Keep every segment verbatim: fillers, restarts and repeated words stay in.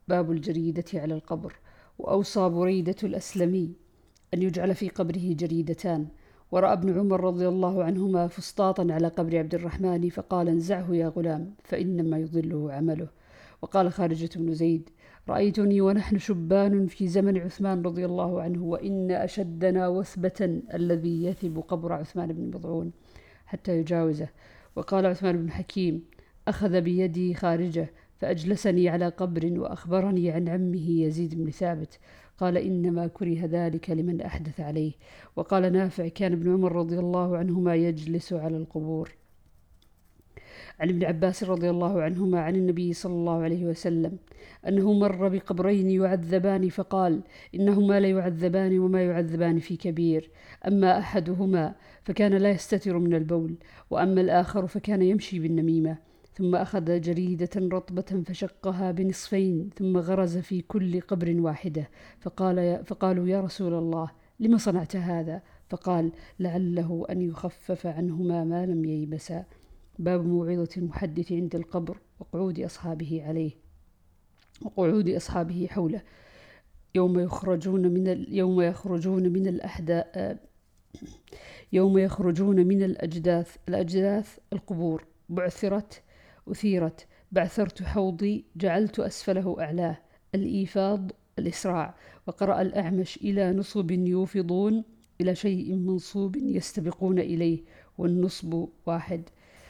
باب الجريدة على القبر. وأوصى بريدة الأسلمي أن يجعل في قبره جريدتان. ورأى ابن عمر رضي الله عنهما فسطاطا على قبر عبد الرحمن فقال انزعه يا غلام فإنما يضله عمله. وقال خارجة بن زيد رأيتني ونحن شبان في زمن عثمان رضي الله عنه وإن أشدنا وثبة الذي يثب قبر عثمان بن مضعون حتى يجاوزه. وقال عثمان بن حكيم أخذ بيدي خارجة فأجلسني على قبر وأخبرني عن عمه يزيد بن ثابت قال إنما كره ذلك لمن أحدث عليه. وقال نافع كان ابن عمر رضي الله عنهما يجلس على القبور. عن ابن عباس رضي الله عنهما عن النبي صلى الله عليه وسلم أنه مر بقبرين يعذبان فقال إنهما لا يعذبان وما يعذبان في كبير، أما أحدهما فكان لا يستتر من البول، وأما الآخر فكان يمشي بالنميمة. ثم أخذ جريدة رطبة فشقها بنصفين ثم غرز في كل قبر واحدة فقال فقالوا يا رسول الله لما صنعت هذا؟ فقال لعله أن يخفف عنهما ما لم ييبسا. باب موعظة المحدث عند القبر وقعود أصحابه عليه وقعود أصحابه حوله يوم يخرجون من ال... يوم يخرجون من الأحداث يوم يخرجون من الأجداث الأجداث القبور. بعثرت أثيرت بعثرت حوضي جعلت أسفله أعلاه. الإيفاض الإسراع. وقرأ الأعمش إلى نصب يوفضون إلى شيء منصوب يستبقون إليه. والنصب واحد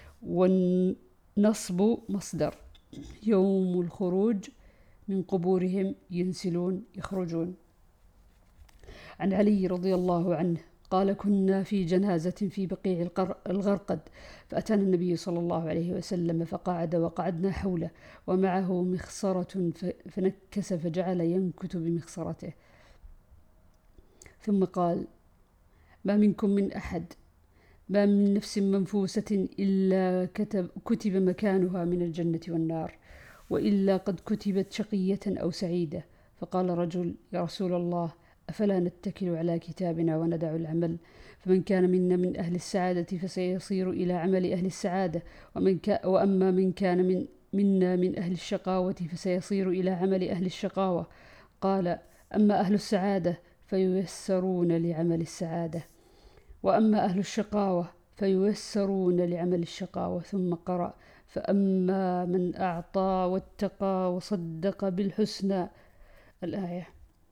والنصب مصدر. يوم الخروج من قبورهم ينسلون يخرجون. عن علي رضي الله عنه قال كنا في جنازة في بقيع الغرقد فأتانا النبي صلى الله عليه وسلم فقعد وقعدنا حوله ومعه مخصرة فنكس فجعل ينكت بمخصرته ثم قال ما منكم من أحد ما من نفس منفوسة إلا كتب, كتب مكانها من الجنة والنار وإلا قد كتبت شقية أو سعيدة. فقال رجل يا رسول الله أفلا نتكل على كتابنا وندع العمل؟ فمن كان منا من أهل السعادة فسيصير إلى عمل أهل السعادة ومن كا وأما من كان من منا من أهل الشقاوة فسيصير إلى عمل أهل الشقاوة. قال أما أهل السعادة فييسرون لعمل السعادة وأما أهل الشقاوة فييسرون لعمل الشقاوة. ثم قرأ فأما من أعطى واتقى وصدق بالحسنى الآية.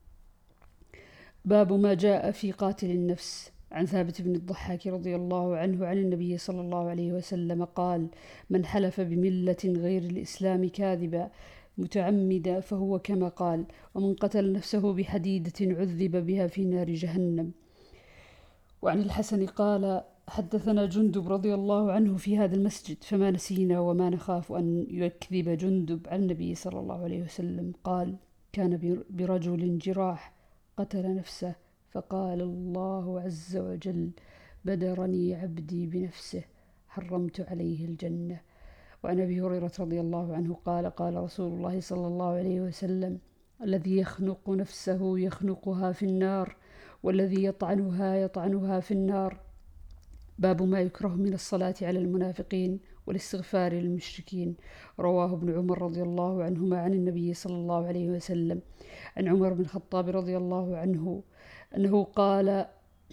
باب ما جاء في قاتل النفس. عن ثابت بن الضحاك رضي الله عنه عن النبي صلى الله عليه وسلم قال من حلف بملة غير الإسلام كاذبا متعمدا فهو كما قال ومن قتل نفسه بحديدة عذب بها في نار جهنم. وعن الحسن قال حدثنا جندب رضي الله عنه في هذا المسجد فما نسينا وما نخاف أن يكذب جندب عن النبي صلى الله عليه وسلم قال كان برجل جراح قتل نفسه فقال الله عز وجل بدرني عبدي بنفسه حرمت عليه الجنة. وعن أبي هريرة رضي الله عنه قال قال رسول الله صلى الله عليه وسلم الذي يخنق نفسه يخنقها في النار والذي يطعنها يطعنها في النار. باب ما يكره من الصلاة على المنافقين والاستغفار للمشركين. رواه ابن عمر رضي الله عنهما عن النبي صلى الله عليه وسلم. عن عمر بن الخطاب رضي الله عنه أنه قال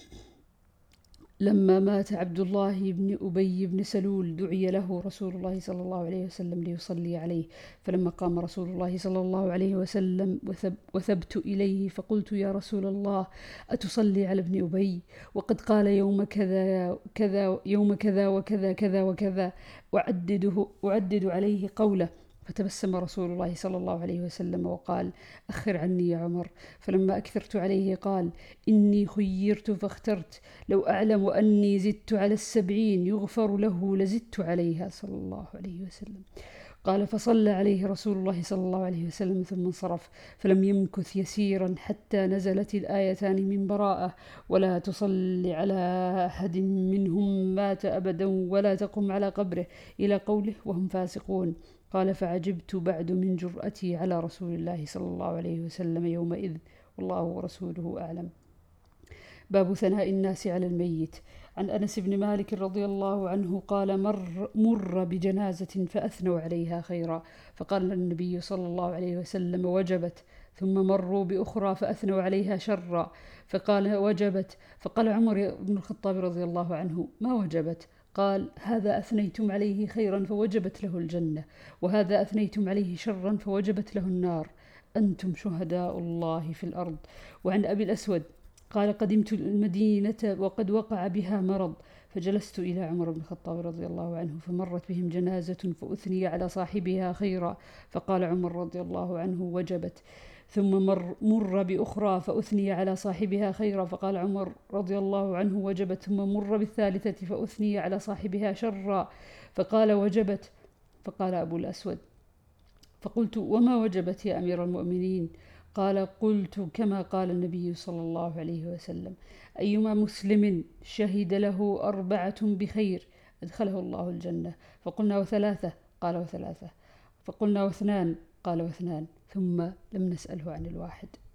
لما مات عبد الله بن أبي بن سلول دعي له رسول الله صلى الله عليه وسلم ليصلي عليه فلما قام رسول الله صلى الله عليه وسلم وثب وثبت إليه فقلت يا رسول الله أتصلي على ابن أبي وقد قال يوم كذا كذا يوم كذا وكذا كذا وكذا أعدده أعدد عليه قوله. فتبسم رسول الله صلى الله عليه وسلم وقال أخر عني يا عمر. فلما أكثرت عليه قال إني خيرت فاخترت لو أعلم أني زدت على السبعين يغفر له لزدت عليها صلى الله عليه وسلم. قال فصلى عليه رسول الله صلى الله عليه وسلم ثم انصرف فلم يمكث يسيرا حتى نزلت الآيتان من براءة ولا تصلي على أحد منهم مات أبدا ولا تقم على قبره إلى قوله وهم فاسقون. قال فعجبت بعد من جرأتي على رسول الله صلى الله عليه وسلم يومئذ والله ورسوله أعلم. باب ثناء الناس على الميت. عن أنس بن مالك رضي الله عنه قال مر, مر بجنازة فأثنوا عليها خيرا فقال النبي صلى الله عليه وسلم وجبت، ثم مروا بأخرى فأثنوا عليها شرا فقال وجبت، فقال عمر بن الخطاب رضي الله عنه ما وجبت؟ قال هذا أثنيتم عليه خيرا فوجبت له الجنة، وهذا أثنيتم عليه شرا فوجبت له النار، أنتم شهداء الله في الأرض. وعن أبي الأسود قال قدمت المدينة وقد وقع بها مرض فجلست إلى عمر بن الخطاب رضي الله عنه فمرت بهم جنازة فأثني على صاحبها خيرا فقال عمر رضي الله عنه وجبت، ثم مر, مر بأخرى فأثني على صاحبها خيرا فقال عمر رضي الله عنه وجبت، ثم مر بالثالثة فأثني على صاحبها شرا فقال وجبت. فقال أبو الأسود فقلت وما وجبت يا أمير المؤمنين؟ قال قلت كما قال النبي صلى الله عليه وسلم أيما مسلم شهد له أربعة بخير أدخله الله الجنة. فقلنا وثلاثة؟ قال وثلاثة. فقلنا واثنان؟ قال واثنان. ثم لم نسأله عن الواحد.